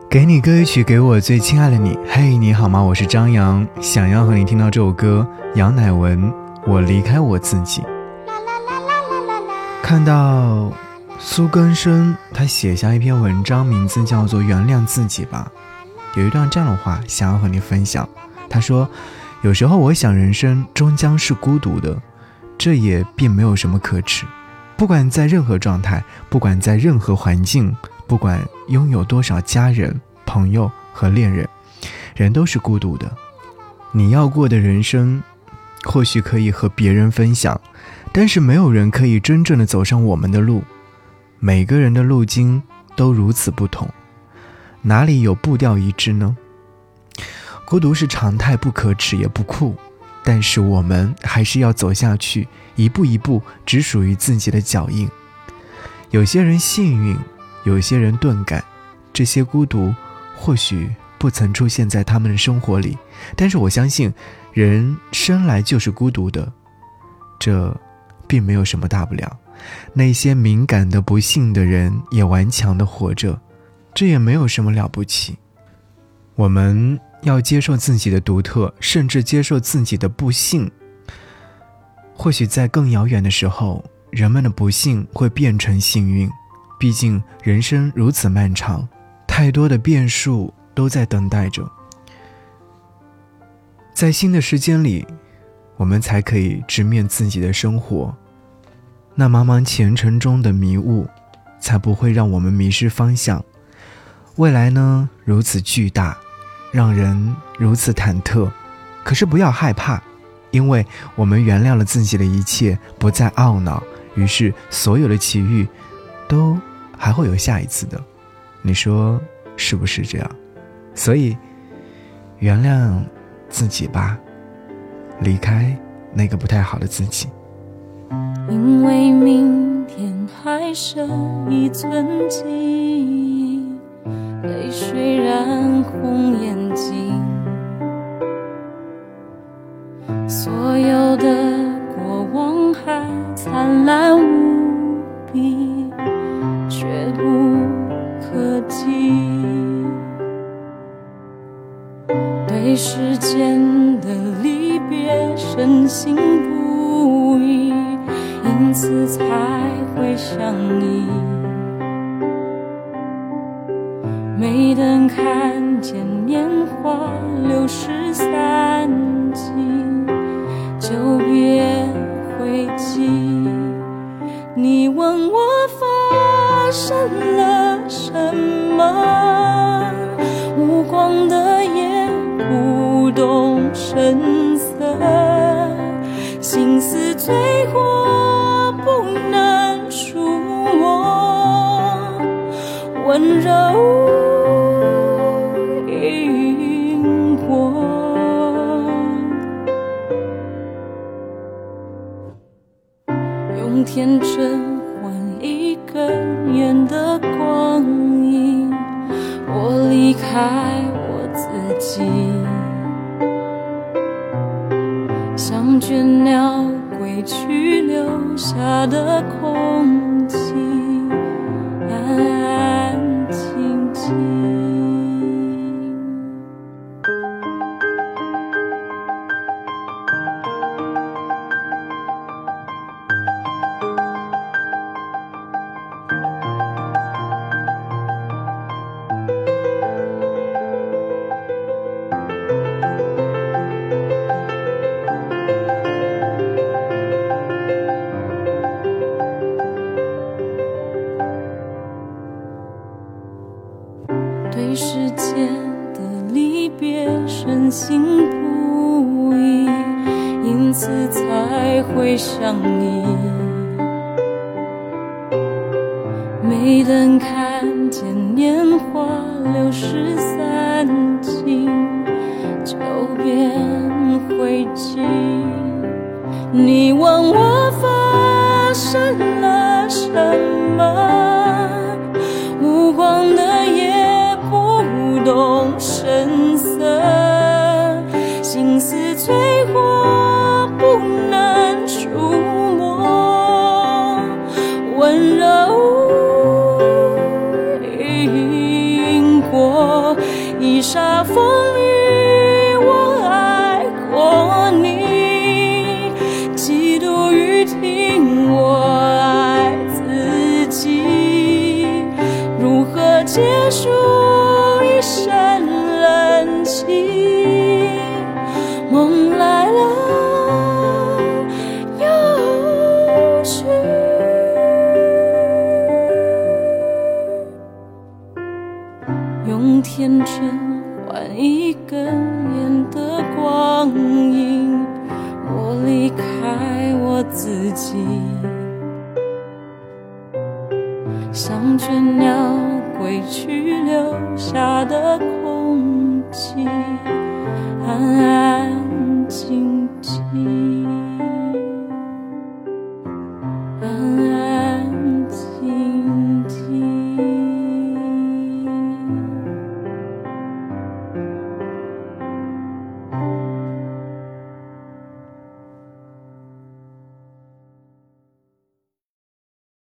给你歌曲，给我最亲爱的你。嘿，你好吗？我是张扬，想要和你听到这首歌，杨乃文，我离开我自己。看到苏根生他写下一篇文章，名字叫做原谅自己吧。有一段这样的话想要和你分享，他说，有时候我想人生终将是孤独的，这也并没有什么可耻。不管在任何状态，不管在任何环境，不管拥有多少家人、朋友和恋人，人都是孤独的。你要过的人生或许可以和别人分享，但是没有人可以真正的走上我们的路。每个人的路径都如此不同，哪里有步调一致呢？孤独是常态，不可耻也不酷，但是我们还是要走下去，一步一步，只属于自己的脚印。有些人幸运，有些人钝感，这些孤独或许不曾出现在他们的生活里，但是我相信人生来就是孤独的，这并没有什么大不了。那些敏感的不幸的人也顽强地活着，这也没有什么了不起。我们要接受自己的独特，甚至接受自己的不幸。或许在更遥远的时候，人们的不幸会变成幸运，毕竟人生如此漫长，太多的变数都在等待着。在新的时间里，我们才可以直面自己的生活，那茫茫前程中的迷雾才不会让我们迷失方向。未来呢，如此巨大，让人如此忐忑，可是不要害怕，因为我们原谅了自己的一切，不再懊恼，于是所有的奇遇都还会有下一次的。你说是不是这样？所以原谅自己吧，离开那个不太好的自己。 因为明天还剩一寸记忆，泪水染红眼睛，所有的过往还灿烂无比，却不可及。对时间的离别深信不疑，因此才会相依。没等看见年华流逝散尽，就别回击。你问我发生了什么，无光的夜不动声色，心思催过不能触摸，温柔因果。用天真换一根烟的光阴，我离开我自己，像倦鸟归去留下的空气，安安静静。对时间的离别深信不疑，因此才会相依。没等看见年华流逝散尽，就便回击。你问我发生了什么，无光的夜不动声色，心思催过不能触摸，温柔因果。 泥沙风雨，我爱过你，几度雨停，我爱自己，如何结束一生冷清？梦来了又去，用天真换一根烟的光阴，我离开我自己，像倦鸟归去留下的空气，安安静静，安安静静。